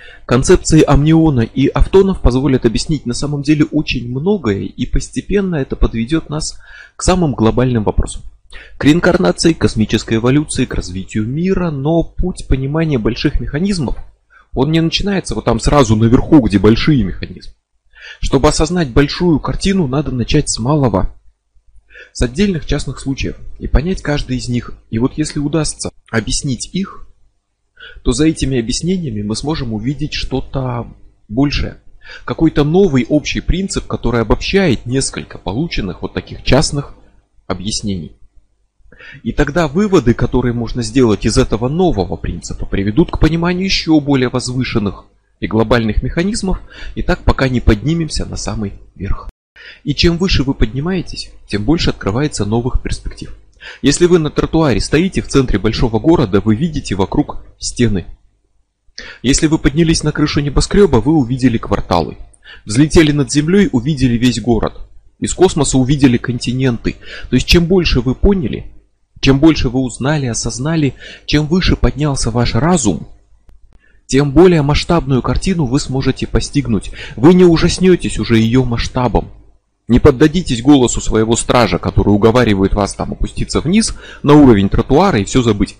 Концепции амниона и автонов позволят объяснить на самом деле очень многое, и постепенно это подведет нас к самым глобальным вопросам. К реинкарнации, космической эволюции, к развитию мира, но путь понимания больших механизмов, он не начинается вот там сразу наверху, где большие механизмы. Чтобы осознать большую картину, надо начать с малого, с отдельных частных случаев, и понять каждый из них. И вот если удастся объяснить их, то за этими объяснениями мы сможем увидеть что-то большее. Какой-то новый общий принцип, который обобщает несколько полученных вот таких частных объяснений. И тогда выводы, которые можно сделать из этого нового принципа, приведут к пониманию еще более возвышенных и глобальных механизмов, и так пока не поднимемся на самый верх. И чем выше вы поднимаетесь, тем больше открывается новых перспектив. Если вы на тротуаре стоите в центре большого города, вы видите вокруг стены. Если вы поднялись на крышу небоскреба, вы увидели кварталы. Взлетели над землей, увидели весь город. Из космоса увидели континенты. То есть чем больше вы поняли, чем больше вы узнали, осознали, чем выше поднялся ваш разум, тем более масштабную картину вы сможете постигнуть. Вы не ужаснетесь уже ее масштабом. Не поддадитесь голосу своего стража, который уговаривает вас там опуститься вниз на уровень тротуара и все забыть.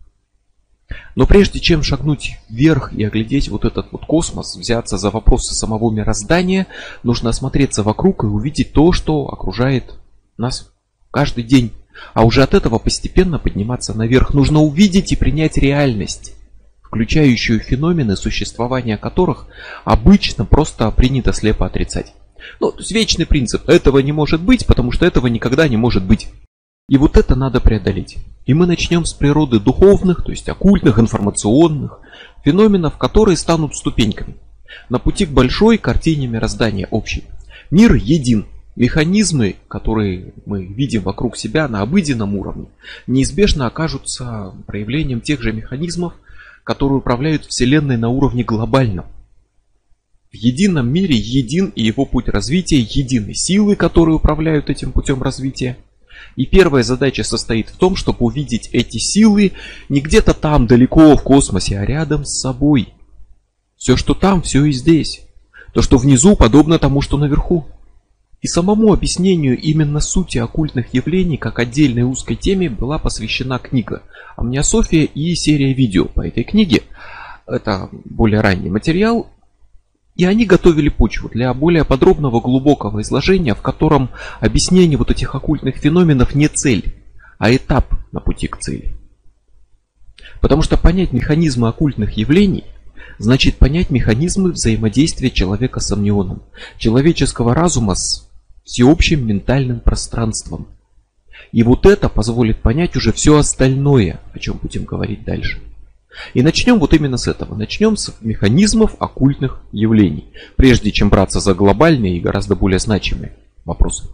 Но прежде чем шагнуть вверх и оглядеть вот этот вот космос, взяться за вопросы самого мироздания, нужно осмотреться вокруг и увидеть то, что окружает нас каждый день. А уже от этого постепенно подниматься наверх. Нужно увидеть и принять реальность, включающую феномены, существования которых обычно просто принято слепо отрицать. Ну, то есть вечный принцип. Этого не может быть, потому что этого никогда не может быть. И вот это надо преодолеть. И мы начнем с природы духовных, то есть оккультных, информационных феноменов, которые станут ступеньками на пути к большой картине мироздания общей. Мир един. Механизмы, которые мы видим вокруг себя на обыденном уровне, неизбежно окажутся проявлением тех же механизмов, которые управляют Вселенной на уровне глобальном. В едином мире един и его путь развития, едины силы, которые управляют этим путем развития. И первая задача состоит в том, чтобы увидеть эти силы не где-то там далеко в космосе, а рядом с собой. Все, что там, все и здесь. То, что внизу, подобно тому, что наверху. И самому объяснению именно сути оккультных явлений как отдельной узкой теме была посвящена книга «Амниософия» и серия видео по этой книге. Это более ранний материал. И они готовили почву для более подробного, глубокого изложения, в котором объяснение вот этих оккультных феноменов не цель, а этап на пути к цели. Потому что понять механизмы оккультных явлений значит понять механизмы взаимодействия человека с амнионом, человеческого разума с всеобщим ментальным пространством. И вот это позволит понять уже все остальное, о чем будем говорить дальше. И начнем вот именно с этого. Начнем с механизмов оккультных явлений, прежде чем браться за глобальные и гораздо более значимые вопросы.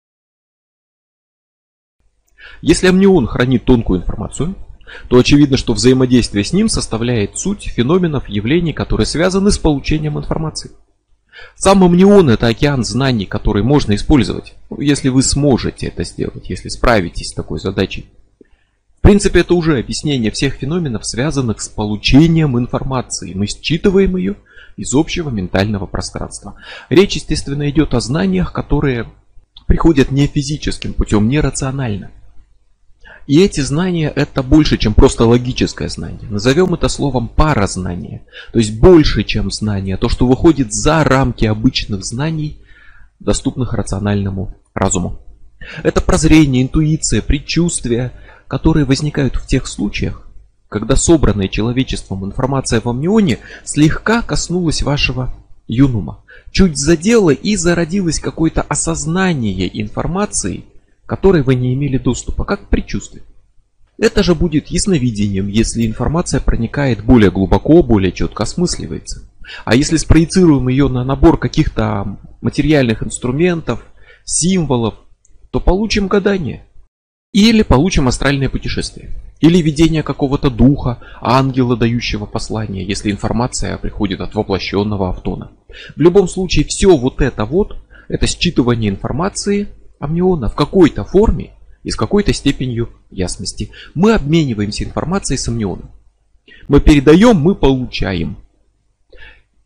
Если амнион хранит тонкую информацию, то очевидно, что взаимодействие с ним составляет суть феноменов явлений, которые связаны с получением информации. Сам амнион — это океан знаний, который можно использовать, если вы сможете это сделать, если справитесь с такой задачей. В принципе, это уже объяснение всех феноменов, связанных с получением информации. Мы считываем ее из общего ментального пространства. Речь, естественно, идет о знаниях, которые приходят не физическим путем, не рационально. И эти знания — это больше, чем просто логическое знание. Назовем это словом паразнание. То есть больше, чем знание. То, что выходит за рамки обычных знаний, доступных рациональному разуму. Это прозрение, интуиция, предчувствия, которые возникают в тех случаях, когда собранная человечеством информация в амнионе слегка коснулась вашего юнума. Чуть задела и зародилось какое-то осознание информации, к которой вы не имели доступа, как предчувствие. Это же будет ясновидением, если информация проникает более глубоко, более четко осмысливается. А если спроецируем ее на набор каких-то материальных инструментов, символов, то получим гадание. Или получим астральное путешествие. Или видение какого-то духа, ангела, дающего послание, если информация приходит от воплощенного автона. В любом случае, все вот это считывание информации амниона в какой-то форме и с какой-то степенью ясности. Мы обмениваемся информацией с амнионом. Мы передаем, мы получаем.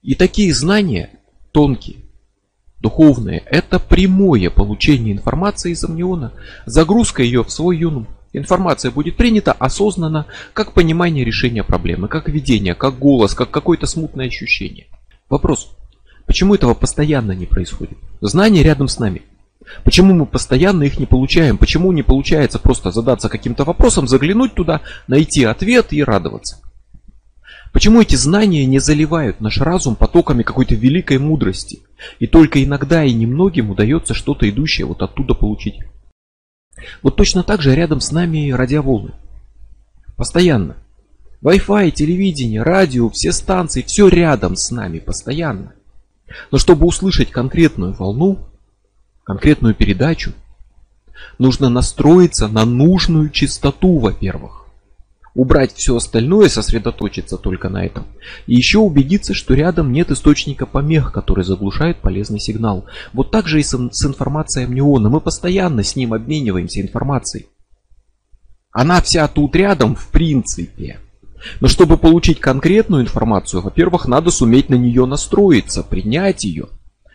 И такие знания, тонкие, духовные, это прямое получение информации из амниона, загрузка ее в свой юнум. Информация будет принята осознанно, как понимание решения проблемы, как видение, как голос, как какое-то смутное ощущение. Вопрос, почему этого постоянно не происходит? Знания рядом с нами. Почему мы постоянно их не получаем? Почему не получается просто задаться каким-то вопросом, заглянуть туда, найти ответ и радоваться? Почему эти знания не заливают наш разум потоками какой-то великой мудрости? И только иногда и немногим удается что-то идущее вот оттуда получить. Вот точно так же рядом с нами радиоволны. Постоянно. Wi-Fi, телевидение, радио, все станции, все рядом с нами постоянно. Но чтобы услышать конкретную волну, конкретную передачу, нужно настроиться на нужную частоту, во-первых. Убрать все остальное, сосредоточиться только на этом. И еще убедиться, что рядом нет источника помех, который заглушает полезный сигнал. Вот так же и с информацией амниона. Мы постоянно с ним обмениваемся информацией. Она вся тут рядом в принципе. Но чтобы получить конкретную информацию, во-первых, надо суметь на нее настроиться, принять ее.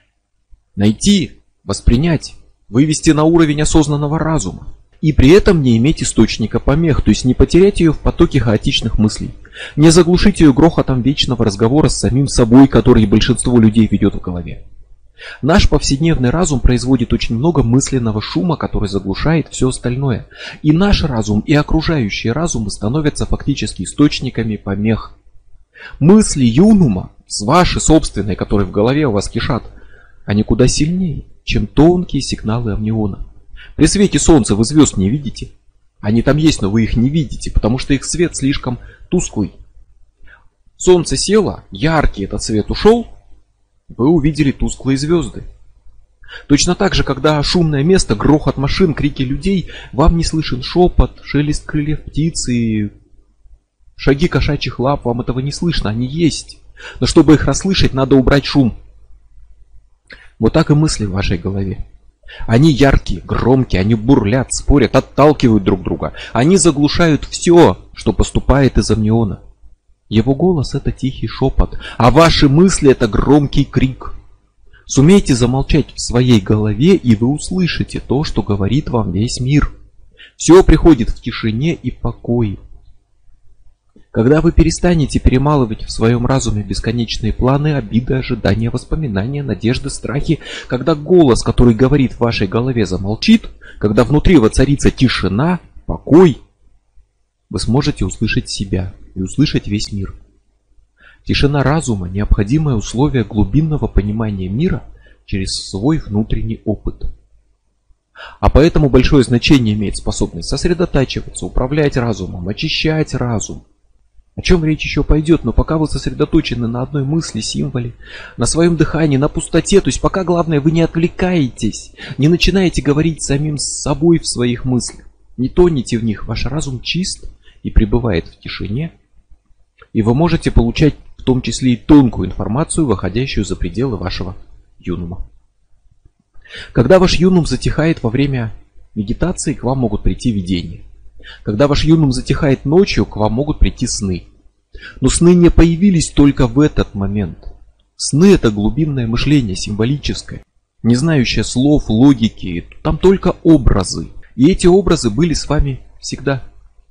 Найти, воспринять, вывести на уровень осознанного разума. И при этом не иметь источника помех, то есть не потерять ее в потоке хаотичных мыслей. Не заглушить ее грохотом вечного разговора с самим собой, который большинство людей ведет в голове. Наш повседневный разум производит очень много мысленного шума, который заглушает все остальное. И наш разум, и окружающие разумы становятся фактически источниками помех. Мысли юнума, ваши собственные, которые в голове у вас кишат, они куда сильнее, чем тонкие сигналы амниона. При свете солнца вы звезд не видите. Они там есть, но вы их не видите, потому что их свет слишком тусклый. Солнце село, яркий этот свет ушел, вы увидели тусклые звезды. Точно так же, когда шумное место, грохот машин, крики людей, вам не слышен шепот, шелест крыльев птицы, шаги кошачьих лап, вам этого не слышно, они есть. Но чтобы их расслышать, надо убрать шум. Вот так и мысли в вашей голове. Они яркие, громкие, они бурлят, спорят, отталкивают друг друга. Они заглушают все, что поступает из амниона. Его голос — это тихий шепот, а ваши мысли — это громкий крик. Сумейте замолчать в своей голове, и вы услышите то, что говорит вам весь мир. Все приходит в тишине и покое. Когда вы перестанете перемалывать в своем разуме бесконечные планы, обиды, ожидания, воспоминания, надежды, страхи, когда голос, который говорит в вашей голове, замолчит, когда внутри воцарится тишина, покой, вы сможете услышать себя и услышать весь мир. Тишина разума – необходимое условие глубинного понимания мира через свой внутренний опыт. А поэтому большое значение имеет способность сосредотачиваться, управлять разумом, очищать разум. О чем речь еще пойдет, но пока вы сосредоточены на одной мысли, символе, на своем дыхании, на пустоте, то есть пока главное вы не отвлекаетесь, не начинаете говорить самим с собой в своих мыслях, не тонете в них, ваш разум чист и пребывает в тишине, и вы можете получать в том числе и тонкую информацию, выходящую за пределы вашего юнума. Когда ваш юнум затихает во время медитации, к вам могут прийти видения. Когда ваш юнум затихает ночью, к вам могут прийти сны. Но сны не появились только в этот момент. Сны — это глубинное мышление, символическое, не знающее слов, логики, там только образы. И эти образы были с вами всегда.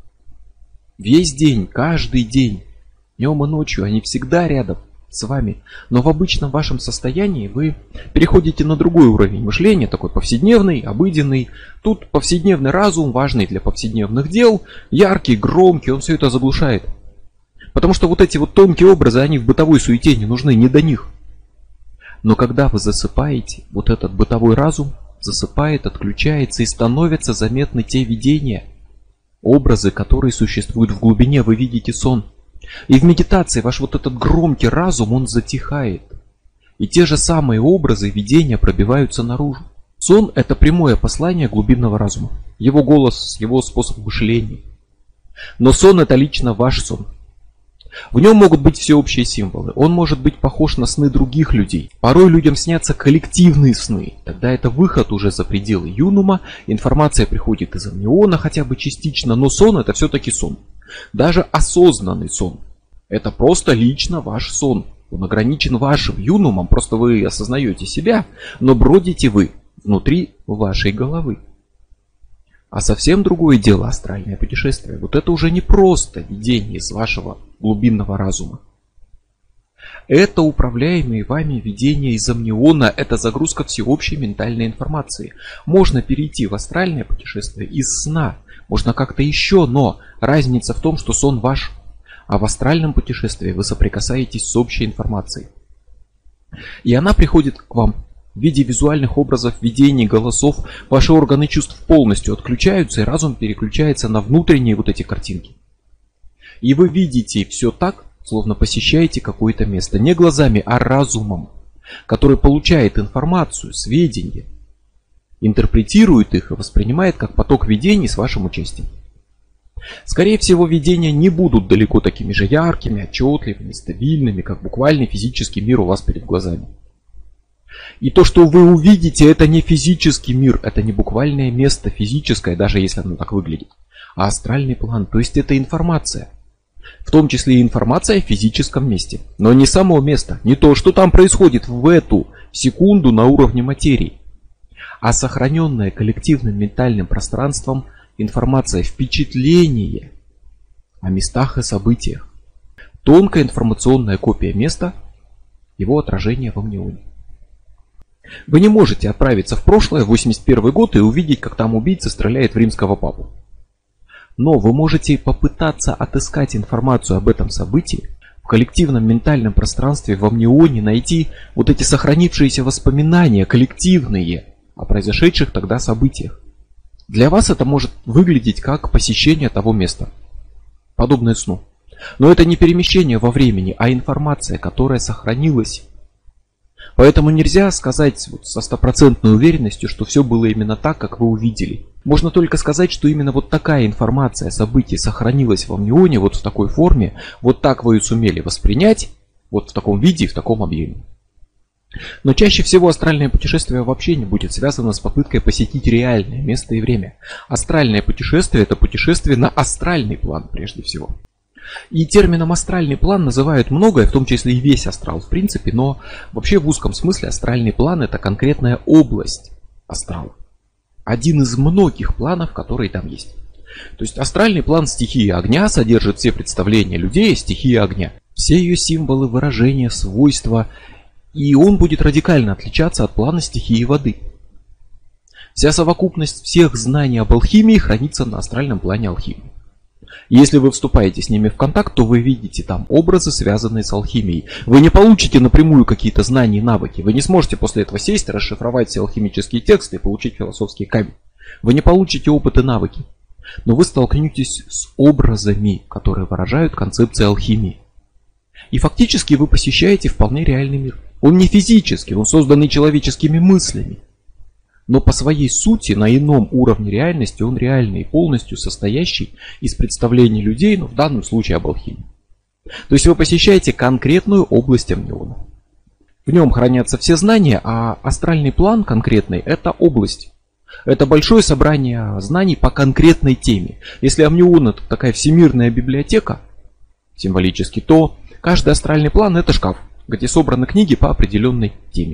Весь день, каждый день, днем и ночью, они всегда рядом с вами. Но в обычном вашем состоянии вы переходите на другой уровень мышления, такой повседневный, обыденный. Тут повседневный разум, важный для повседневных дел, яркий, громкий, он все это заглушает. Потому что вот эти вот тонкие образы, они в бытовой суете не нужны, не до них. Но когда вы засыпаете, вот этот бытовой разум засыпает, отключается, и становятся заметны те видения, образы, которые существуют в глубине. Вы видите сон. И в медитации ваш вот этот громкий разум, он затихает. И те же самые образы, видения пробиваются наружу. Сон — это прямое послание глубинного разума. Его голос, его способ мышления. Но сон — это лично ваш сон. В нем могут быть всеобщие символы. Он может быть похож на сны других людей. Порой людям снятся коллективные сны. Тогда это выход уже за пределы юнума. Информация приходит из амниона хотя бы частично. Но сон — это все-таки сон. Даже осознанный сон. Это просто лично ваш сон. Он ограничен вашим юнумом, просто вы осознаете себя, но бродите вы внутри вашей головы. А совсем другое дело астральное путешествие. Вот это уже не просто видение из вашего глубинного разума. Это управляемые вами видения из амниона, это загрузка всеобщей ментальной информации. Можно перейти в астральное путешествие из сна, можно как-то еще, но разница в том, что сон ваш, а в астральном путешествии вы соприкасаетесь с общей информацией. И она приходит к вам в виде визуальных образов, видений, голосов. Ваши органы чувств полностью отключаются, и разум переключается на внутренние вот эти картинки. И вы видите все так, словно посещаете какое-то место. Не глазами, а разумом, который получает информацию, сведения, интерпретирует их и воспринимает как поток видений с вашим участием. Скорее всего, видения не будут далеко такими же яркими, отчетливыми, стабильными, как буквальный физический мир у вас перед глазами. И то, что вы увидите, это не физический мир, это не буквальное место физическое, даже если оно так выглядит, а астральный план, то есть это информация. В том числе и информация о физическом месте. Но не само место, не то, что там происходит в эту секунду на уровне материи, а сохраненная коллективным ментальным пространством информация, впечатление о местах и событиях. Тонкая информационная копия места, его отражение в амнионе. Вы не можете отправиться в прошлое, в 81 год, и увидеть, как там убийца стреляет в римского папу. Но вы можете попытаться отыскать информацию об этом событии в коллективном ментальном пространстве в амнионе, найти вот эти сохранившиеся воспоминания коллективные о произошедших тогда событиях. Для вас это может выглядеть как посещение того места, подобное сну. Но это не перемещение во времени, а информация, которая сохранилась. Поэтому нельзя сказать вот со стопроцентной уверенностью, что все было именно так, как вы увидели. Можно только сказать, что именно вот такая информация о событии сохранилась в амнионе, вот в такой форме, вот так вы ее сумели воспринять, вот в таком виде и в таком объеме. Но чаще всего астральное путешествие вообще не будет связано с попыткой посетить реальное место и время. Астральное путешествие – это путешествие на астральный план прежде всего. И термином астральный план называют многое, в том числе и весь астрал в принципе, но вообще в узком смысле астральный план – это конкретная область астрала. Один из многих планов, которые там есть. То есть астральный план стихии огня содержит все представления людей о стихии огня. Все ее символы, выражения, свойства. И он будет радикально отличаться от плана стихии воды. Вся совокупность всех знаний об алхимии хранится на астральном плане алхимии. Если вы вступаете с ними в контакт, то вы видите там образы, связанные с алхимией. Вы не получите напрямую какие-то знания и навыки. Вы не сможете после этого сесть, расшифровать все алхимические тексты и получить философский камень. Вы не получите опыт и навыки. Но вы столкнетесь с образами, которые выражают концепции алхимии. И фактически вы посещаете вполне реальный мир. Он не физический, он созданный человеческими мыслями. Но по своей сути, на ином уровне реальности, он реальный и полностью состоящий из представлений людей, но в данном случае об алхимии. То есть вы посещаете конкретную область амниона. В нем хранятся все знания, а астральный план конкретный – это область. Это большое собрание знаний по конкретной теме. Если амнион – это такая всемирная библиотека, символически, то каждый астральный план – это шкаф, где собраны книги по определенной теме.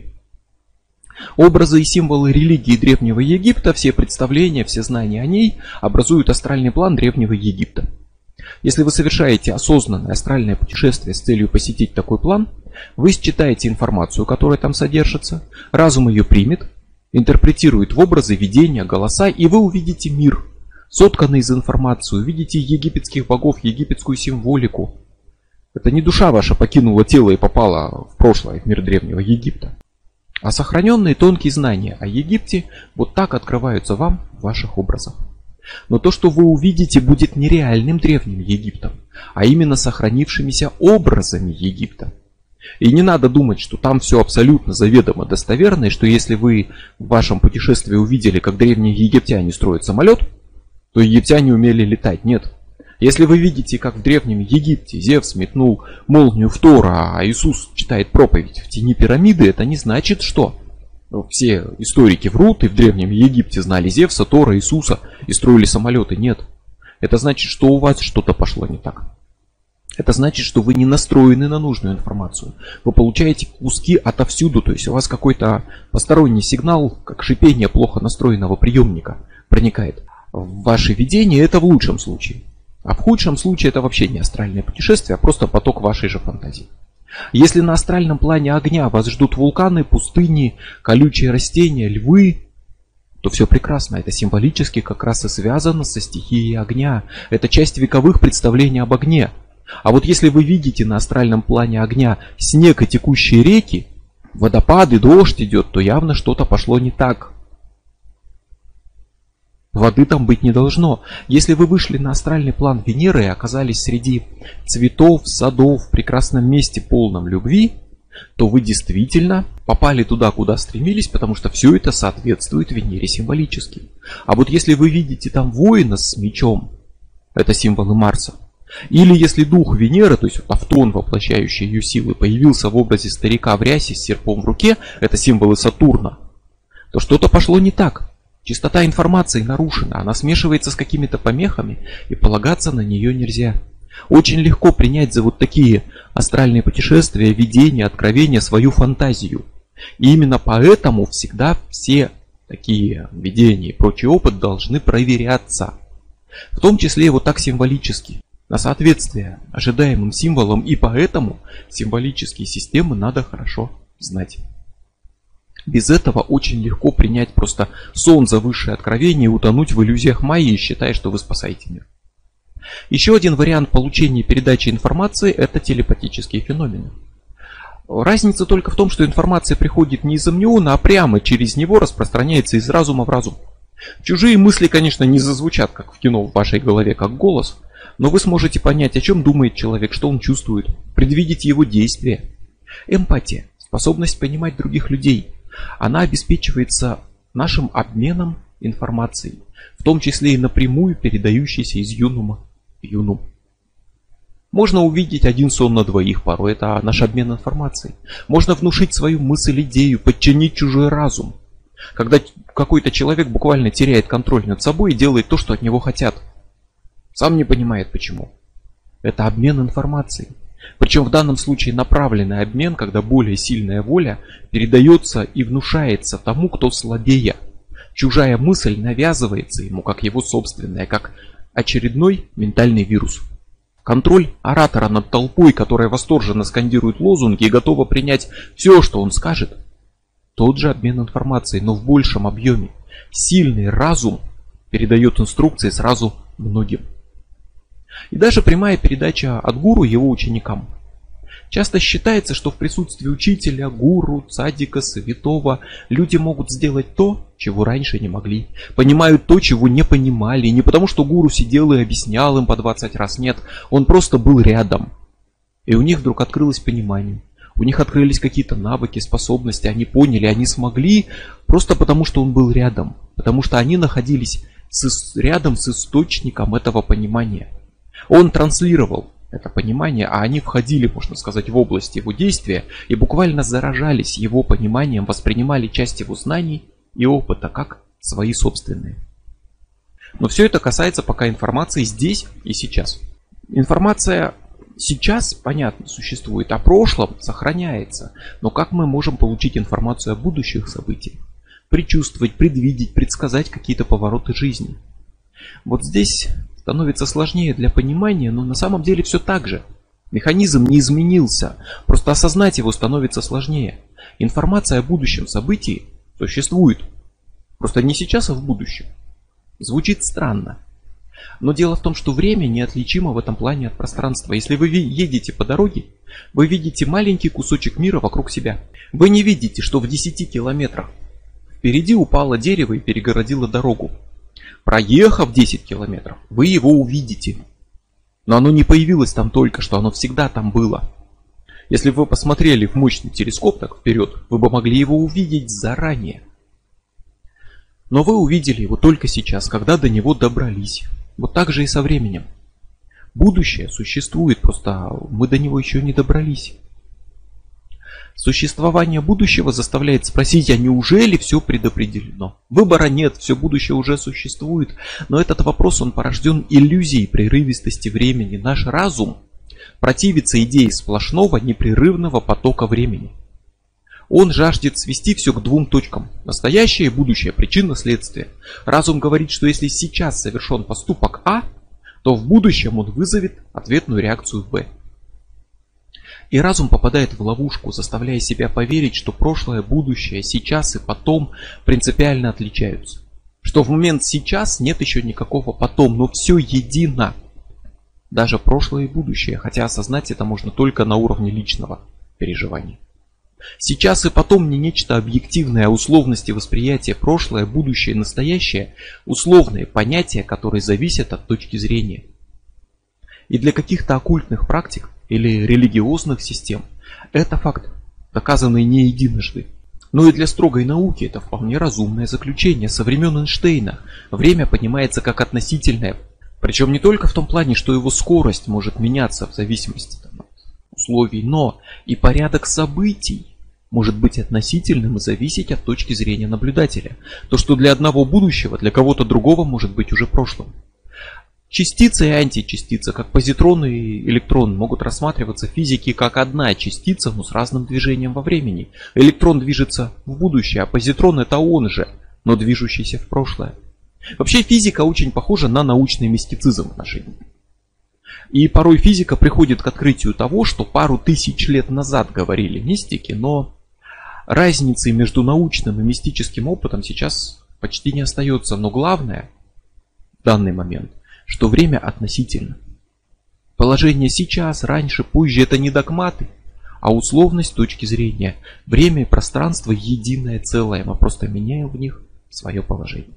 Образы и символы религии Древнего Египта, все представления, все знания о ней образуют астральный план Древнего Египта. Если вы совершаете осознанное астральное путешествие с целью посетить такой план, вы считаете информацию, которая там содержится, разум ее примет, интерпретирует в образы, видения, голоса, и вы увидите мир, сотканный из информации, увидите египетских богов, египетскую символику. Это не душа ваша покинула тело и попала в прошлое, в мир Древнего Египта. А сохраненные тонкие знания о Египте вот так открываются вам в ваших образах. Но то, что вы увидите, будет не реальным Древним Египтом, а именно сохранившимися образами Египта. И не надо думать, что там все абсолютно заведомо достоверно, и что если вы в вашем путешествии увидели, как древние египтяне строят самолет, то египтяне умели летать. Нет. Если вы видите, как в Древнем Египте Зевс метнул молнию в Тора, а Иисус читает проповедь в тени пирамиды, это не значит, что все историки врут, и в Древнем Египте знали Зевса, Тора, Иисуса и строили самолеты. Нет. Это значит, что у вас что-то пошло не так. Это значит, что вы не настроены на нужную информацию. Вы получаете куски отовсюду, то есть у вас какой-то посторонний сигнал, как шипение плохо настроенного приемника, проникает в ваше видение. Это в лучшем случае. А в худшем случае это вообще не астральное путешествие, а просто поток вашей же фантазии. Если на астральном плане огня вас ждут вулканы, пустыни, колючие растения, львы, то все прекрасно. Это символически как раз и связано со стихией огня. Это часть вековых представлений об огне. А вот если вы видите на астральном плане огня снег и текущие реки, водопады, дождь идет, то явно что-то пошло не так. Воды там быть не должно. Если вы вышли на астральный план Венеры и оказались среди цветов, садов, в прекрасном месте, полном любви, то вы действительно попали туда, куда стремились, потому что все это соответствует Венере символически. А вот если вы видите там воина с мечом, это символы Марса. Или если дух Венеры, то есть Автон, воплощающий ее силы, появился в образе старика в рясе с серпом в руке, это символы Сатурна, то что-то пошло не так. Частота информации нарушена, она смешивается с какими-то помехами, и полагаться на нее нельзя. Очень легко принять за вот такие астральные путешествия, видения, откровения свою фантазию. И именно поэтому всегда все такие видения и прочий опыт должны проверяться. В том числе и вот так символически, на соответствие ожидаемым символам, и поэтому символические системы надо хорошо знать. Без этого очень легко принять просто сон за высшее откровение и утонуть в иллюзиях Майи, считая, что вы спасаете мир. Еще один вариант получения и передачи информации – это телепатические феномены. Разница только в том, что информация приходит не из амниона, а прямо через него распространяется из разума в разум. Чужие мысли, конечно, не зазвучат, как в кино, в вашей голове, как голос, но вы сможете понять, о чем думает человек, что он чувствует, предвидеть его действия. Эмпатия, способность понимать других людей, она обеспечивается нашим обменом информацией, в том числе и напрямую передающейся из юнума в юнум. Можно увидеть один сон на двоих, порой это наш обмен информацией. Можно внушить свою мысль, идею, подчинить чужой разум. Когда какой-то человек буквально теряет контроль над собой и делает то, что от него хотят. Сам не понимает почему. Это обмен информацией. Причем в данном случае направленный обмен, когда более сильная воля передается и внушается тому, кто слабее. Чужая мысль навязывается ему как его собственная, как очередной ментальный вирус. Контроль оратора над толпой, которая восторженно скандирует лозунги и готова принять все, что он скажет. Тот же обмен информацией, но в большем объеме. Сильный разум передает инструкции сразу многим. И даже прямая передача от гуру его ученикам. Часто считается, что в присутствии учителя, гуру, цадика, святого люди могут сделать то, чего раньше не могли. Понимают то, чего не понимали. Не потому, что гуру сидел и объяснял им по 20 раз. Нет, он просто был рядом. И у них вдруг открылось понимание. У них открылись какие-то навыки, способности. Они поняли, они смогли просто потому, что он был рядом. Потому что они находились рядом с источником этого понимания. Он транслировал это понимание, а они входили, можно сказать, в область его действия и буквально заражались его пониманием, воспринимали часть его знаний и опыта как свои собственные. Но все это касается пока информации здесь и сейчас. Информация сейчас, понятно, существует, о прошлом сохраняется. Но как мы можем получить информацию о будущих событиях? Предчувствовать, предвидеть, предсказать какие-то повороты жизни. Вот здесь становится сложнее для понимания, но на самом деле все так же. Механизм не изменился, просто осознать его становится сложнее. Информация о будущем событии существует, просто не сейчас, а в будущем. Звучит странно. Но дело в том, что время неотличимо в этом плане от пространства. Если вы едете по дороге, вы видите маленький кусочек мира вокруг себя. Вы не видите, что в 10 километрах впереди упало дерево и перегородило дорогу. Проехав 10 километров, вы его увидите. Но оно не появилось там только что, оно всегда там было. Если бы вы посмотрели в мощный телескоп так вперед, вы бы могли его увидеть заранее. Но вы увидели его только сейчас, когда до него добрались. Вот так же и со временем. Будущее существует, просто мы до него еще не добрались. Существование будущего заставляет спросить, а неужели все предопределено? Выбора нет, все будущее уже существует. Но этот вопрос, он порожден иллюзией прерывистости времени. Наш разум противится идее сплошного непрерывного потока времени. Он жаждет свести все к двум точкам – настоящее и будущее, причинно-следствие. Разум говорит, что если сейчас совершен поступок А, то в будущем он вызовет ответную реакцию Б. И разум попадает в ловушку, заставляя себя поверить, что прошлое, будущее, сейчас и потом принципиально отличаются. Что в момент сейчас нет еще никакого потом, но все едино. Даже прошлое и будущее, хотя осознать это можно только на уровне личного переживания. Сейчас и потом не нечто объективное, а условности восприятия, прошлое, будущее, настоящее, условные понятия, которые зависят от точки зрения. И для каких-то оккультных практик или религиозных систем это факт, доказанный не единожды. Но и для строгой науки это вполне разумное заключение. Со времен Эйнштейна время понимается как относительное, причем не только в том плане, что его скорость может меняться в зависимости от условий, но и порядок событий может быть относительным и зависеть от точки зрения наблюдателя. То, что для одного будущего, для кого-то другого может быть уже прошлым. Частица и античастица, как позитроны и электроны, могут рассматриваться в физике как одна частица, но с разным движением во времени. Электрон движется в будущее, а позитрон это он же, но движущийся в прошлое. Вообще физика очень похожа на научный мистицизм в отношении. И порой физика приходит к открытию того, что пару тысяч лет назад говорили мистики, но разницы между научным и мистическим опытом сейчас почти не остается. Но главное в данный момент, что время относительно. Положение сейчас, раньше, позже это не догматы, а условность точки зрения. Время и пространство единое целое, мы просто меняем в них свое положение.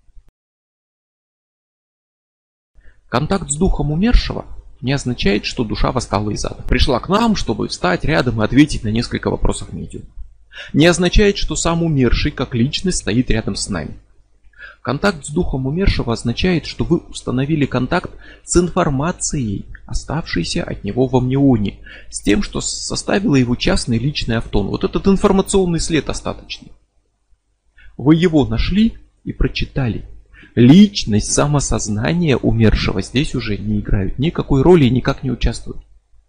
Контакт с духом умершего не означает, что душа восстала из ада. Пришла к нам, чтобы встать рядом и ответить на несколько вопросов медиума. Не означает, что сам умерший как личность стоит рядом с нами. Контакт с духом умершего означает, что вы установили контакт с информацией, оставшейся от него в амнионе, с тем, что составило его частный личный автон. Вот этот информационный след остаточный. Вы его нашли и прочитали. Личность, самосознание умершего здесь уже не играют никакой роли и никак не участвуют.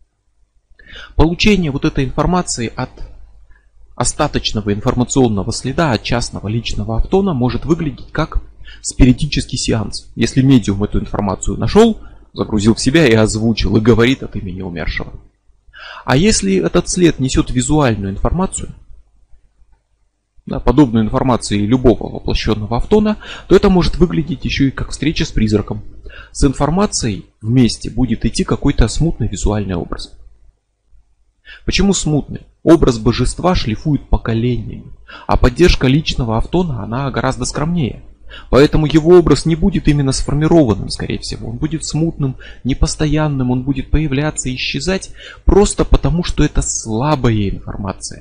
Получение вот этой информации от остаточного информационного следа, от частного личного автона может выглядеть как спиритический сеанс. Если медиум эту информацию нашел, загрузил в себя и озвучил, и говорит от имени умершего. А если этот след несет визуальную информацию, подобную информации любого воплощенного автона, то это может выглядеть еще и как встреча с призраком. С информацией вместе будет идти какой-то смутный визуальный образ. Почему смутный? Образ божества шлифует поколениями, а поддержка личного автона, она гораздо скромнее. Поэтому его образ не будет именно сформированным, скорее всего. Он будет смутным, непостоянным, он будет появляться и исчезать просто потому, что это слабая информация.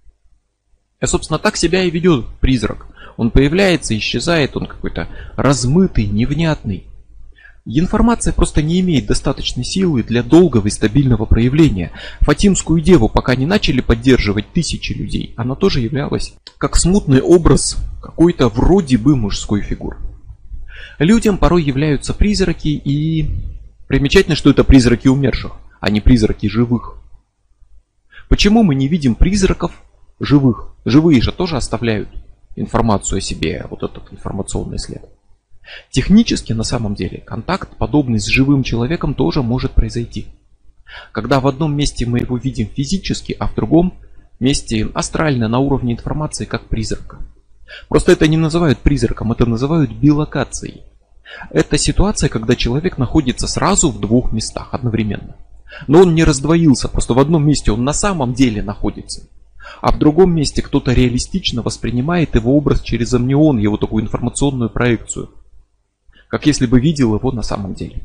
И, собственно, так себя и ведет призрак. Он появляется, исчезает, он какой-то размытый, невнятный. И информация просто не имеет достаточной силы для долгого и стабильного проявления. Фатимскую деву пока не начали поддерживать тысячи людей, она тоже являлась как смутный образ какой-то вроде бы мужской фигуры. Людям порой являются призраки, и примечательно, что это призраки умерших, а не призраки живых. Почему мы не видим призраков живых? Живые же тоже оставляют информацию о себе, вот этот информационный след. Технически, на самом деле, контакт, подобный с живым человеком, тоже может произойти. Когда в одном месте мы его видим физически, а в другом месте астрально, на уровне информации, как призрака. Просто это не называют призраком, это называют билокацией. Это ситуация, когда человек находится сразу в двух местах одновременно. Но он не раздвоился, просто в одном месте он на самом деле находится. А в другом месте кто-то реалистично воспринимает его образ через амнион, его такую информационную проекцию. Как если бы видел его на самом деле.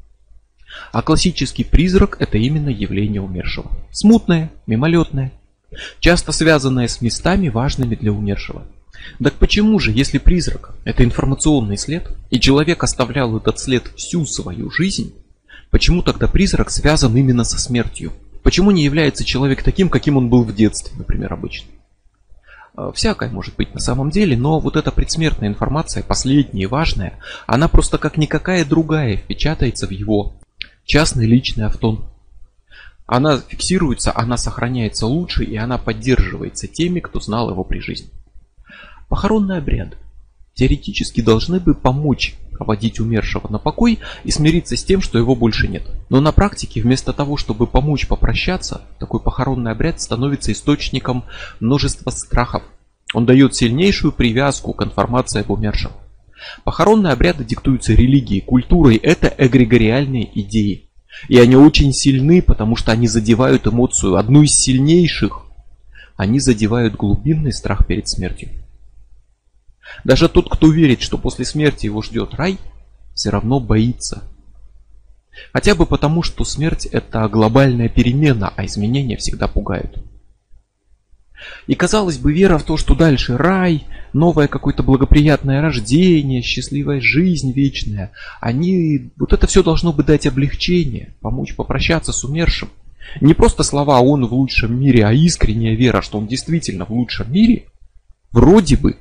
А классический призрак – это именно явление умершего. Смутное, мимолетное, часто связанное с местами, важными для умершего. Так почему же, если призрак – это информационный след, и человек оставлял этот след всю свою жизнь, почему тогда призрак связан именно со смертью? Почему не является человек таким, каким он был в детстве, например, обычно? Всякое может быть на самом деле, но вот эта предсмертная информация, последняя и важная, она просто как никакая другая впечатается в его частный личный автон. Она фиксируется, она сохраняется лучше и она поддерживается теми, кто знал его при жизни. Похоронные обряды теоретически должны бы помочь проводить умершего на покой и смириться с тем, что его больше нет. Но на практике, вместо того, чтобы помочь попрощаться, такой похоронный обряд становится источником множества страхов. Он дает сильнейшую привязку к информации об умершем. Похоронные обряды диктуются религией, культурой, это эгрегориальные идеи. И они очень сильны, потому что они задевают эмоцию, одну из сильнейших. Они задевают глубинный страх перед смертью. Даже тот, кто верит, что после смерти его ждет рай, все равно боится. Хотя бы потому, что смерть это глобальная перемена, а изменения всегда пугают. И казалось бы, вера в то, что дальше рай, новое какое-то благоприятное рождение, счастливая жизнь вечная, вот это все должно бы дать облегчение, помочь попрощаться с умершим. Не просто слова «он в лучшем мире», а искренняя вера, что он действительно в лучшем мире, вроде бы,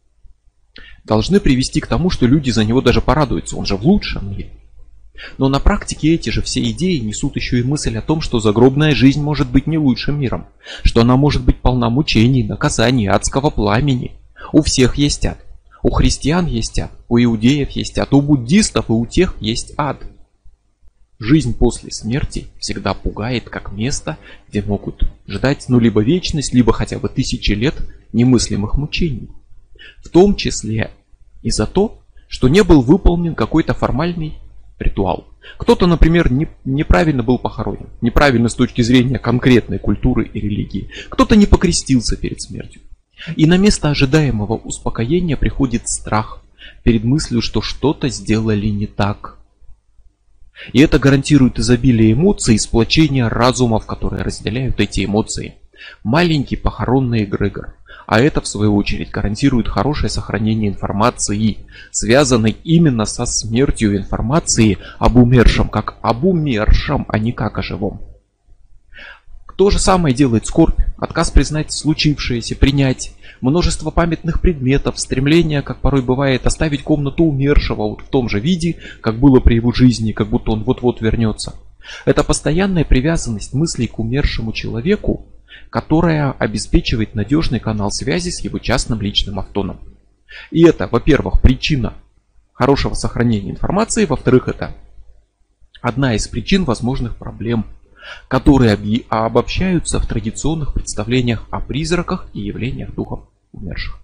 должны привести к тому, что люди за него даже порадуются, он же в лучшем мире. Но на практике эти же все идеи несут еще и мысль о том, что загробная жизнь может быть не лучшим миром, что она может быть полна мучений, наказаний, адского пламени. У всех есть ад. У христиан есть ад, у иудеев есть ад, у буддистов и у тех есть ад. Жизнь после смерти всегда пугает как место, где могут ждать либо вечность, либо хотя бы тысячи лет немыслимых мучений. В том числе и за то, что не был выполнен какой-то формальный ритуал. Кто-то, например, неправильно был похоронен, неправильно с точки зрения конкретной культуры и религии. Кто-то не покрестился перед смертью. И на место ожидаемого успокоения приходит страх перед мыслью, что что-то сделали не так. И это гарантирует изобилие эмоций и сплочение разумов, которые разделяют эти эмоции. Маленький похоронный эгрегор. А это, в свою очередь, гарантирует хорошее сохранение информации, связанной именно со смертью информации об умершем, как об умершем, а не как о живом. То же самое делает скорбь, отказ признать случившееся, принять множество памятных предметов, стремление, как порой бывает, оставить комнату умершего вот в том же виде, как было при его жизни, как будто он вот-вот вернется. Это постоянная привязанность мыслей к умершему человеку, которая обеспечивает надежный канал связи с его частным личным автоном. И это, во-первых, причина хорошего сохранения информации, во-вторых, это одна из причин возможных проблем, которые обобщаются в традиционных представлениях о призраках и явлениях духов умерших.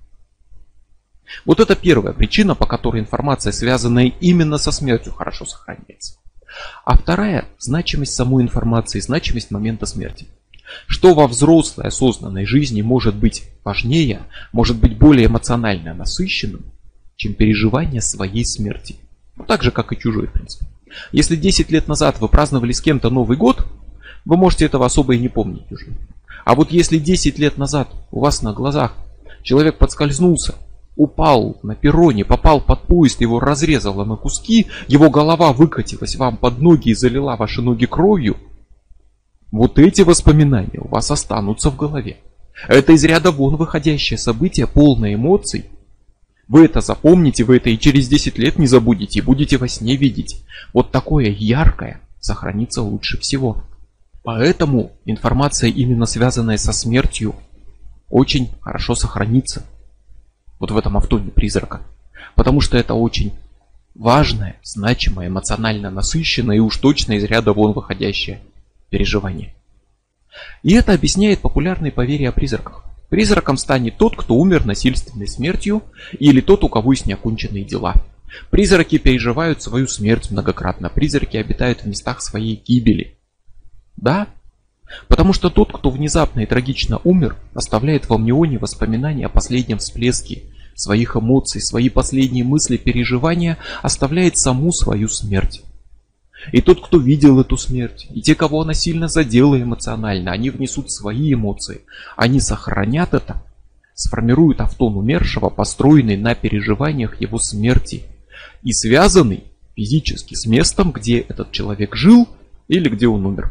Вот это первая причина, по которой информация, связанная именно со смертью, хорошо сохраняется. А вторая – значимость самой информации, значимость момента смерти. Что во взрослой осознанной жизни может быть важнее, может быть более эмоционально насыщенным, чем переживание своей смерти. Ну, так же, как и чужой, в принципе. Если 10 лет назад вы праздновали с кем-то Новый год, вы можете этого особо и не помнить уже. А вот если 10 лет назад у вас на глазах человек подскользнулся, упал на перроне, попал под поезд, его разрезало на куски, его голова выкатилась вам под ноги и залила ваши ноги кровью, вот эти воспоминания у вас останутся в голове. Это из ряда вон выходящее событие, полное эмоций. Вы это запомните, вы это и через 10 лет не забудете, и будете во сне видеть. Вот такое яркое сохранится лучше всего. Поэтому информация, именно связанная со смертью, очень хорошо сохранится вот в этом автоне призрака. Потому что это очень важное, значимое, эмоционально насыщенное и уж точно из ряда вон выходящее переживание. И это объясняет популярные поверья о призраках. Призраком станет тот, кто умер насильственной смертью, или тот, у кого есть неоконченные дела. Призраки переживают свою смерть многократно. Призраки обитают в местах своей гибели. Да? Потому что тот, кто внезапно и трагично умер, оставляет в амнионе воспоминания о последнем всплеске своих эмоций, свои последние мысли, переживания, оставляет саму свою смерть. И тот, кто видел эту смерть, и те, кого она сильно задела эмоционально, они внесут свои эмоции, они сохранят это, сформируют автон умершего, построенный на переживаниях его смерти и связанный физически с местом, где этот человек жил или где он умер.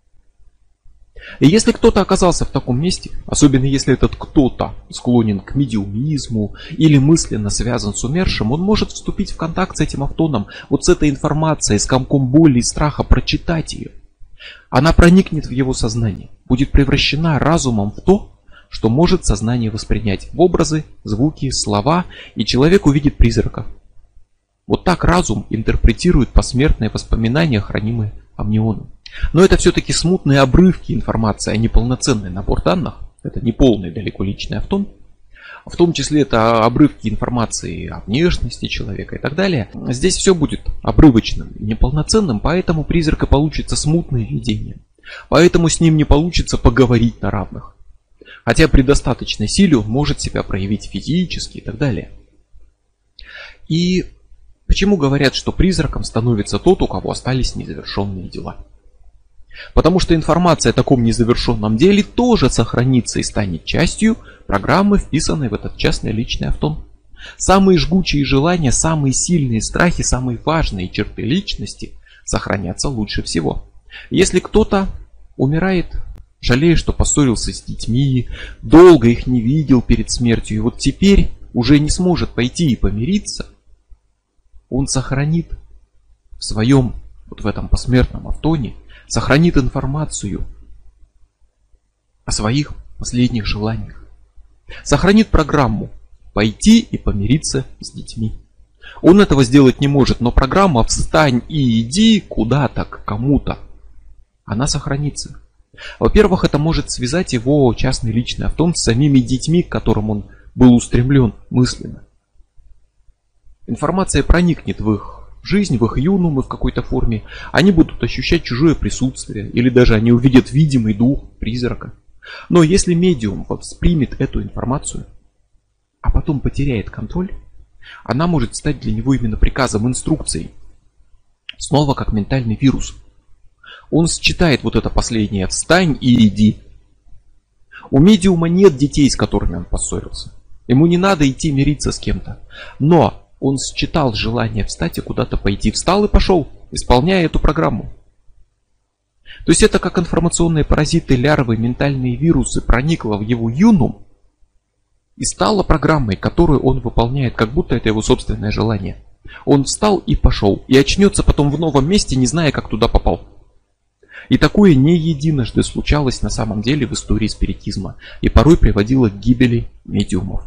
И если кто-то оказался в таком месте, особенно если этот кто-то склонен к медиумизму или мысленно связан с умершим, он может вступить в контакт с этим автоном, вот с этой информацией, с комком боли и страха, прочитать ее. Она проникнет в его сознание, будет превращена разумом в то, что может сознание воспринять в образы, звуки, слова, и человек увидит призрака. Вот так разум интерпретирует посмертные воспоминания, хранимые амнионом. Но это все-таки смутные обрывки информации, а не полноценный набор данных. Это не полный далеко личный автон. В том числе это обрывки информации о внешности человека и так далее. Здесь все будет обрывочным и неполноценным, поэтому призрак и получится смутное видение. Поэтому с ним не получится поговорить на равных. Хотя при достаточной силе он может себя проявить физически и так далее. И почему говорят, что призраком становится тот, у кого остались незавершенные дела? Потому что информация о таком незавершенном деле тоже сохранится и станет частью программы, вписанной в этот частный личный автон. Самые жгучие желания, самые сильные страхи, самые важные черты личности сохранятся лучше всего. Если кто-то умирает, жалея, что поссорился с детьми, долго их не видел перед смертью, и вот теперь уже не сможет пойти и помириться, он сохранит в своем, вот в этом посмертном автоне, сохранит информацию о своих последних желаниях. Сохранит программу пойти и помириться с детьми. Он этого сделать не может, но программа «Встань и иди куда-то к кому-то», она сохранится. Во-первых, это может связать его частный личный автон с самими детьми, к которым он был устремлен мысленно. Информация проникнет в их жизнь, в их юнум и в какой-то форме. Они будут ощущать чужое присутствие, или даже они увидят видимый дух призрака. Но если медиум воспримет эту информацию, а потом потеряет контроль, она может стать для него именно приказом, инструкцией. Снова как ментальный вирус. Он считает вот это последнее «встань и иди». У медиума нет детей, с которыми он поссорился. Ему не надо идти мириться с кем-то. Но он считал желание встать и куда-то пойти. Встал и пошел, исполняя эту программу. То есть это как информационные паразиты, лярвы, ментальные вирусы проникло в его юнум и стало программой, которую он выполняет, как будто это его собственное желание. Он встал и пошел, и очнется потом в новом месте, не зная, как туда попал. И такое не единожды случалось на самом деле в истории спиритизма и порой приводило к гибели медиумов.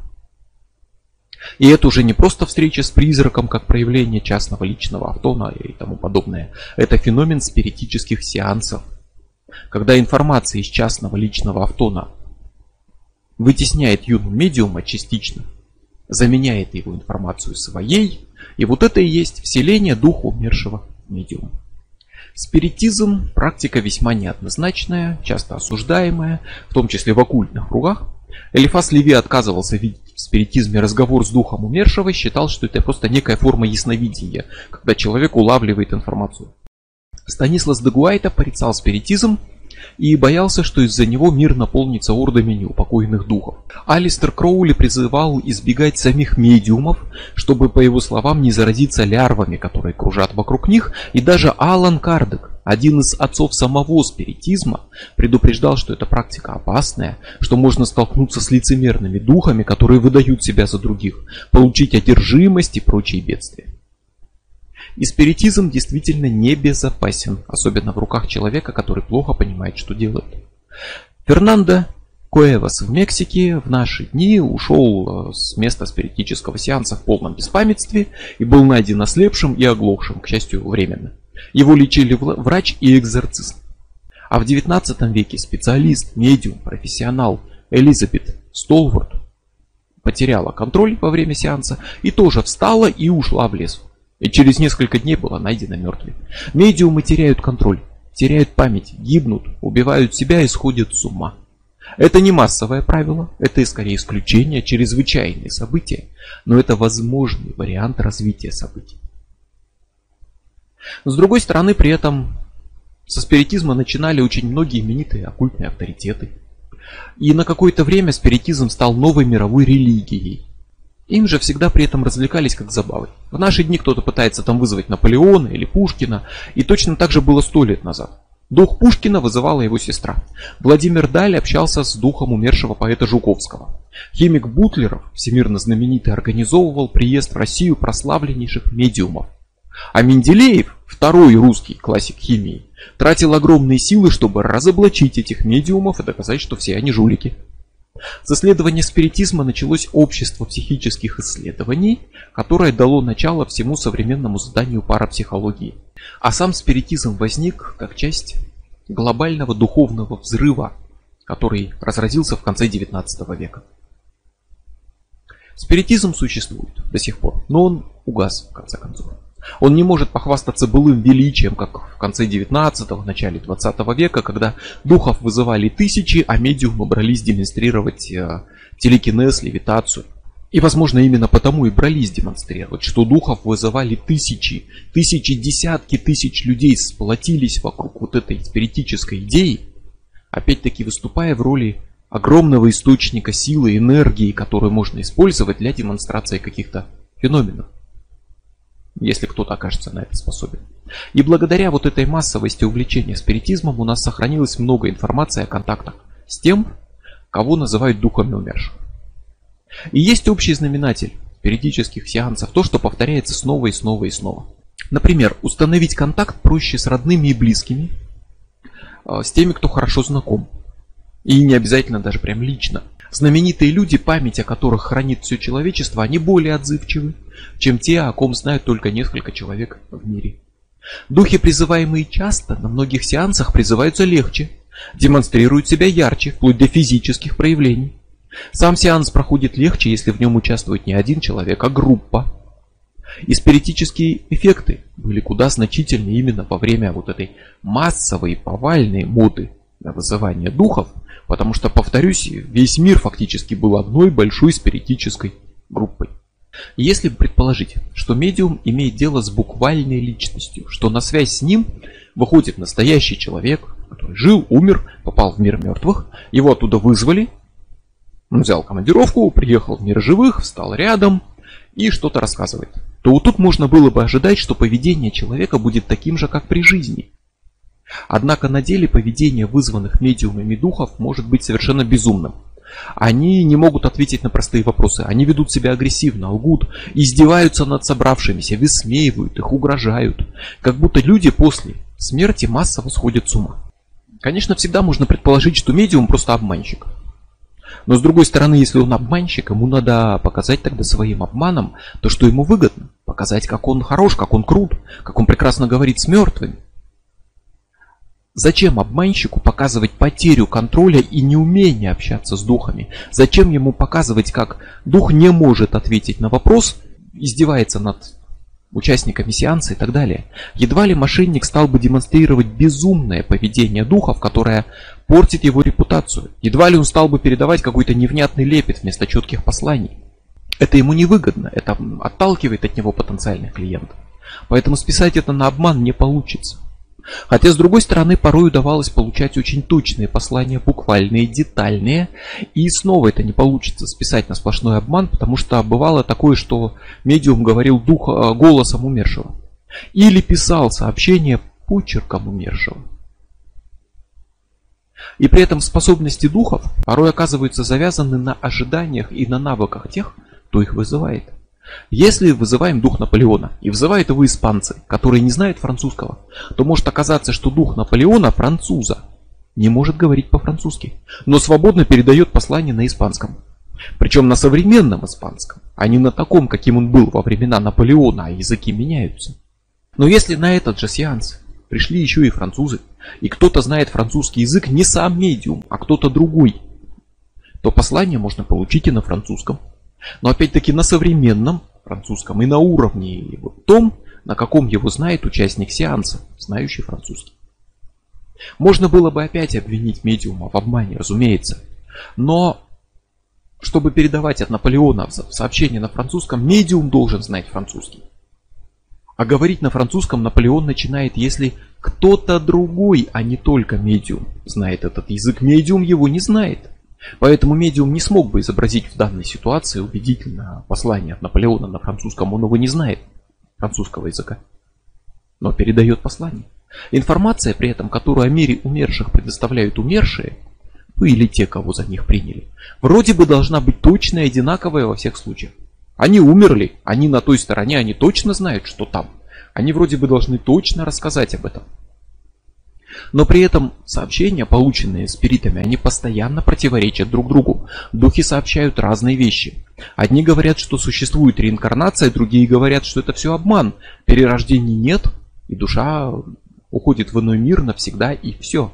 И это уже не просто встреча с призраком, как проявление частного личного автона и тому подобное. Это феномен спиритических сеансов, когда информация из частного личного автона вытесняет юнум медиума частично, заменяет его информацию своей, и вот это и есть вселение духа умершего медиума. Спиритизм – практика весьма неоднозначная, часто осуждаемая, в том числе в оккультных кругах. Элифас Леви отказывался видеть в спиритизме разговор с духом умершего и считал, что это просто некая форма ясновидения, когда человек улавливает информацию. Станислас де Гуайта порицал спиритизм и боялся, что из-за него мир наполнится ордами неупокоенных духов. Алистер Кроули призывал избегать самих медиумов, чтобы, по его словам, не заразиться лярвами, которые кружат вокруг них, и даже Алан Кардек, один из отцов самого спиритизма, предупреждал, что эта практика опасная, что можно столкнуться с лицемерными духами, которые выдают себя за других, получить одержимость и прочие бедствия. И спиритизм действительно небезопасен, особенно в руках человека, который плохо понимает, что делает. Фернандо Куэвас в Мексике в наши дни ушел с места спиритического сеанса в полном беспамятстве и был найден ослепшим и оглохшим, к счастью, временно. Его лечили врач и экзорцист. А в 19 веке специалист, медиум, профессионал Элизабет Столвард потеряла контроль во время сеанса и тоже встала и ушла в лес. И через несколько дней была найдена мертвой. Медиумы теряют контроль, теряют память, гибнут, убивают себя и сходят с ума. Это не массовое правило, это скорее исключение, чрезвычайные события, но это возможный вариант развития событий. С другой стороны, при этом со спиритизма начинали очень многие именитые оккультные авторитеты. И на какое-то время спиритизм стал новой мировой религией. Им же всегда при этом развлекались как забавой. В наши дни кто-то пытается там вызвать Наполеона или Пушкина, и точно так же было 100 лет назад. Дух Пушкина вызывала его сестра. Владимир Даль общался с духом умершего поэта Жуковского. Химик Бутлеров, всемирно знаменитый, организовывал приезд в Россию прославленнейших медиумов. А Менделеев, второй русский классик химии, Тратил огромные силы, чтобы разоблачить этих медиумов и доказать, что все они жулики. С исследования спиритизма началось общество психических исследований, которое дало начало всему современному заданию парапсихологии. А сам спиритизм возник как часть глобального духовного взрыва, который разразился в конце 19 века. Спиритизм существует до сих пор, но он угас в конце концов. Он не может похвастаться былым величием, как в конце 19-го, начале 20 века, когда духов вызывали тысячи, а медиумы брались демонстрировать телекинез, левитацию. И, возможно, именно потому и брались демонстрировать, что духов вызывали тысячи, десятки тысяч людей сплотились вокруг вот этой спиритической идеи, опять-таки выступая в роли огромного источника силы, энергии, которую можно использовать для демонстрации каких-то феноменов, если кто-то окажется на это способен. И благодаря вот этой массовости увлечения спиритизмом у нас сохранилось много информации о контактах с тем, кого называют духами умерших. И есть общий знаменатель спиритических сеансов, то, что повторяется снова и снова и снова. Например, установить контакт проще с родными и близкими, с теми, кто хорошо знаком. И не обязательно даже прям лично. Знаменитые люди, память о которых хранит все человечество, они более отзывчивы, чем те, о ком знают только несколько человек в мире. Духи, призываемые часто, на многих сеансах призываются легче, демонстрируют себя ярче, вплоть до физических проявлений. Сам сеанс проходит легче, если в нем участвует не один человек, а группа. И спиритические эффекты были куда значительнее именно во время вот этой массовой повальной моды на вызывание духов, потому что, повторюсь, весь мир фактически был одной большой спиритической группой. Если предположить, что медиум имеет дело с буквальной личностью, что на связь с ним выходит настоящий человек, который жил, умер, попал в мир мертвых, его оттуда вызвали, он взял командировку, приехал в мир живых, встал рядом и что-то рассказывает, то вот тут можно было бы ожидать, что поведение человека будет таким же, как при жизни. Однако на деле поведение вызванных медиумами духов может быть совершенно безумным. Они не могут ответить на простые вопросы, они ведут себя агрессивно, лгут, издеваются над собравшимися, высмеивают их, угрожают, как будто люди после смерти массово сходят с ума. Конечно, всегда можно предположить, что медиум просто обманщик. Но с другой стороны, если он обманщик, ему надо показать тогда своим обманом то, что ему выгодно. Показать, как он хорош, как он крут, как он прекрасно говорит с мертвыми. Зачем обманщику показывать потерю контроля и неумение общаться с духами? Зачем ему показывать, как дух не может ответить на вопрос, издевается над участниками сеанса и так далее? Едва ли мошенник стал бы демонстрировать безумное поведение духов, которое портит его репутацию. Едва ли он стал бы передавать какой-то невнятный лепет вместо четких посланий. Это ему невыгодно, это отталкивает от него потенциальных клиентов. Поэтому списать это на обман не получится. Хотя, с другой стороны, порой удавалось получать очень точные послания, буквальные, детальные. И снова это не получится списать на сплошной обман, потому что бывало такое, что медиум говорил голосом умершего. Или писал сообщение почерком умершего. И при этом способности духов порой оказываются завязаны на ожиданиях и на навыках тех, кто их вызывает. Если вызываем дух Наполеона, и вызывают его испанцы, которые не знают французского, то может оказаться, что дух Наполеона, француза, не может говорить по-французски, но свободно передает послание на испанском. Причем на современном испанском, а не на таком, каким он был во времена Наполеона, а языки меняются. Но если на этот же сеанс пришли еще и французы, и кто-то знает французский язык, не сам медиум, а кто-то другой, то послание можно получить и на французском. Но опять-таки на современном французском и на уровне вот том, на каком его знает участник сеанса, знающий французский. Можно было бы опять обвинить медиума в обмане, разумеется. Но чтобы передавать от Наполеона сообщение на французском, медиум должен знать французский. А говорить на французском Наполеон начинает, если кто-то другой, а не только медиум, знает этот язык. Медиум его не знает. Поэтому медиум не смог бы изобразить в данной ситуации убедительно послание от Наполеона на французском. Он его не знает, французского языка, но передает послание. Информация при этом, которую о мире умерших предоставляют умершие, ну или те, кого за них приняли, вроде бы должна быть точная и одинаковая во всех случаях. Они умерли, они на той стороне, они точно знают, что там. Они вроде бы должны точно рассказать об этом. Но при этом сообщения, полученные спиритами, они постоянно противоречат друг другу. Духи сообщают разные вещи. Одни говорят, что существует реинкарнация, другие говорят, что это все обман. Перерождений нет, и душа уходит в иной мир навсегда, и все.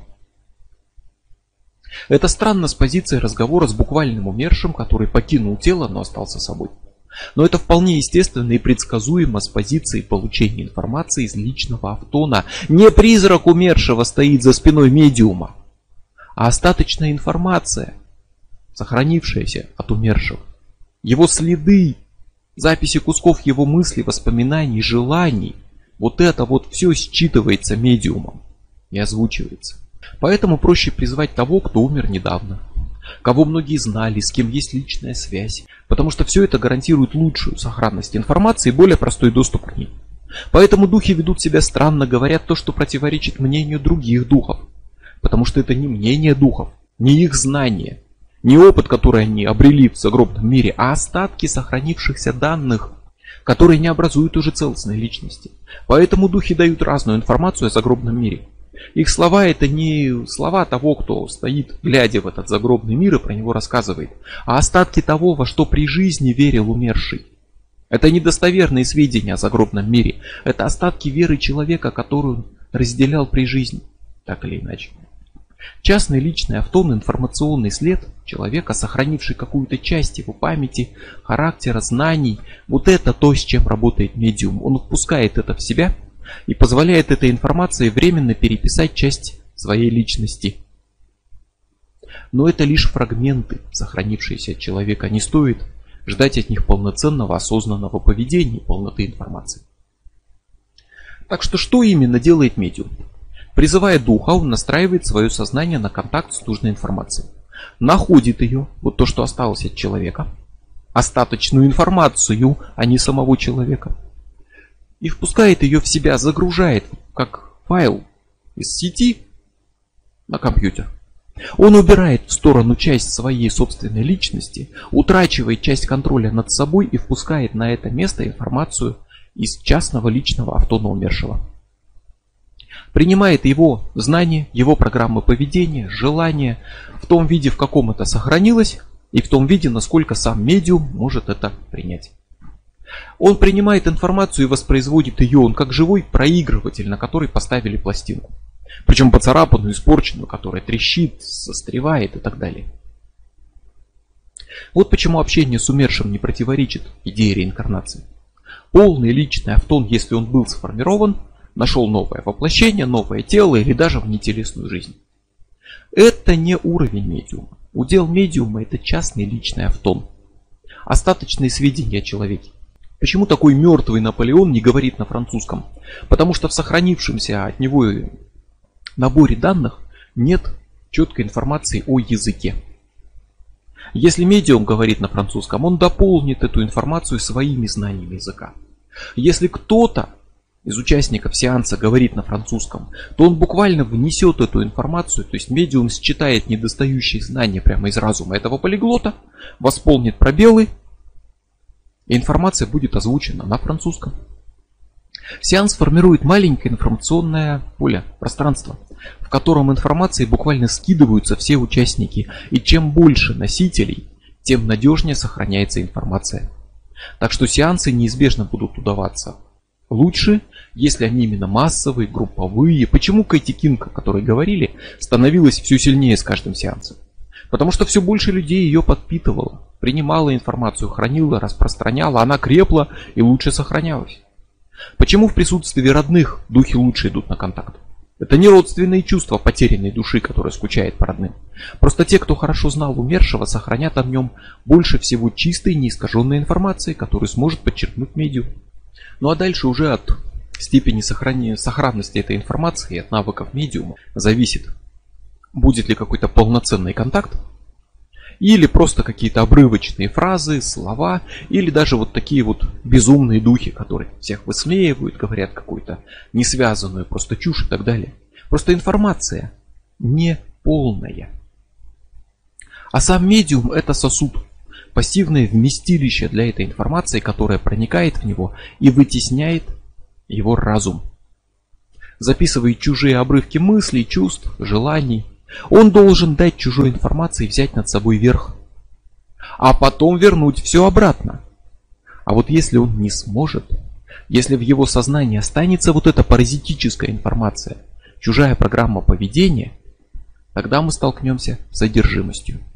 Это странно с позиции разговора с буквальным умершим, который покинул тело, но остался собой. Но это вполне естественно и предсказуемо с позиции получения информации из личного автона. Не призрак умершего стоит за спиной медиума, а остаточная информация, сохранившаяся от умершего. Его следы, записи кусков его мыслей, воспоминаний, желаний. Вот это вот все считывается медиумом и озвучивается. Поэтому проще призвать того, кто умер недавно, кого многие знали, с кем есть личная связь, потому что все это гарантирует лучшую сохранность информации и более простой доступ к ней. Поэтому духи ведут себя странно, говорят то, что противоречит мнению других духов, потому что это не мнение духов, не их знание, не опыт, который они обрели в загробном мире, а остатки сохранившихся данных, которые не образуют уже целостной личности. Поэтому духи дают разную информацию о загробном мире. Их слова — это не слова того, кто стоит, глядя в этот загробный мир и про него рассказывает, а остатки того, во что при жизни верил умерший. Это недостоверные сведения о загробном мире. Это остатки веры человека, которую он разделял при жизни, так или иначе. Частный личный автон, информационный след человека, сохранивший какую-то часть его памяти, характера, знаний. Вот это то, с чем работает медиум. Он впускает это в себя и позволяет этой информации временно переписать часть своей личности. Но это лишь фрагменты, сохранившиеся от человека. Не стоит ждать от них полноценного осознанного поведения и полноты информации. Так что именно делает медиум? Призывая духа, он настраивает свое сознание на контакт с нужной информацией. Находит ее, вот то, что осталось от человека, остаточную информацию, а не самого человека, и впускает ее в себя, загружает как файл из сети на компьютер. Он убирает в сторону часть своей собственной личности, утрачивает часть контроля над собой и впускает на это место информацию из частного личного автона умершего. Принимает его знания, его программы поведения, желания в том виде, в каком это сохранилось, и в том виде, насколько сам медиум может это принять. Он принимает информацию и воспроизводит ее, он как живой проигрыватель, на который поставили пластинку. Причем поцарапанную, испорченную, которая трещит, застревает и так далее. Вот почему общение с умершим не противоречит идее реинкарнации. Полный личный автон, если он был сформирован, нашел новое воплощение, новое тело или даже внетелесную жизнь. Это не уровень медиума. Удел медиума — это частный личный автон. Остаточные сведения о человеке. Почему такой мертвый Наполеон не говорит на французском? Потому что в сохранившемся от него наборе данных нет четкой информации о языке. Если медиум говорит на французском, он дополнит эту информацию своими знаниями языка. Если кто-то из участников сеанса говорит на французском, то он буквально внесет эту информацию, то есть медиум считает недостающие знания прямо из разума этого полиглота, восполнит пробелы, и информация будет озвучена на французском. Сеанс формирует маленькое информационное поле, пространство, в котором информации буквально скидываются все участники, и чем больше носителей, тем надежнее сохраняется информация. Так что сеансы неизбежно будут удаваться лучше, если они именно массовые, групповые. Почему Кэти Кинг, о которой говорили, становилась все сильнее с каждым сеансом? Потому что все больше людей ее подпитывало, принимала информацию, хранила, распространяла, она крепла и лучше сохранялась. Почему в присутствии родных духи лучше идут на контакт? Это не родственные чувства потерянной души, которая скучает по родным. Просто те, кто хорошо знал умершего, сохранят о нем больше всего чистой, неискаженной информации, которую сможет подчеркнуть медиум. Ну а дальше уже от степени сохранности этой информации и от навыков медиума зависит, будет ли какой-то полноценный контакт, или просто какие-то обрывочные фразы, слова, или даже вот такие вот безумные духи, которые всех высмеивают, говорят какую-то несвязанную просто чушь и так далее. Просто информация не полная. А сам медиум — это сосуд, пассивное вместилище для этой информации, которая проникает в него и вытесняет его разум. записывает чужие обрывки мыслей, чувств, желаний. Он должен дать чужой информации взять над собой верх, а потом вернуть все обратно. А вот если он не сможет, если в его сознании останется вот эта паразитическая информация, чужая программа поведения, тогда мы столкнемся с одержимостью.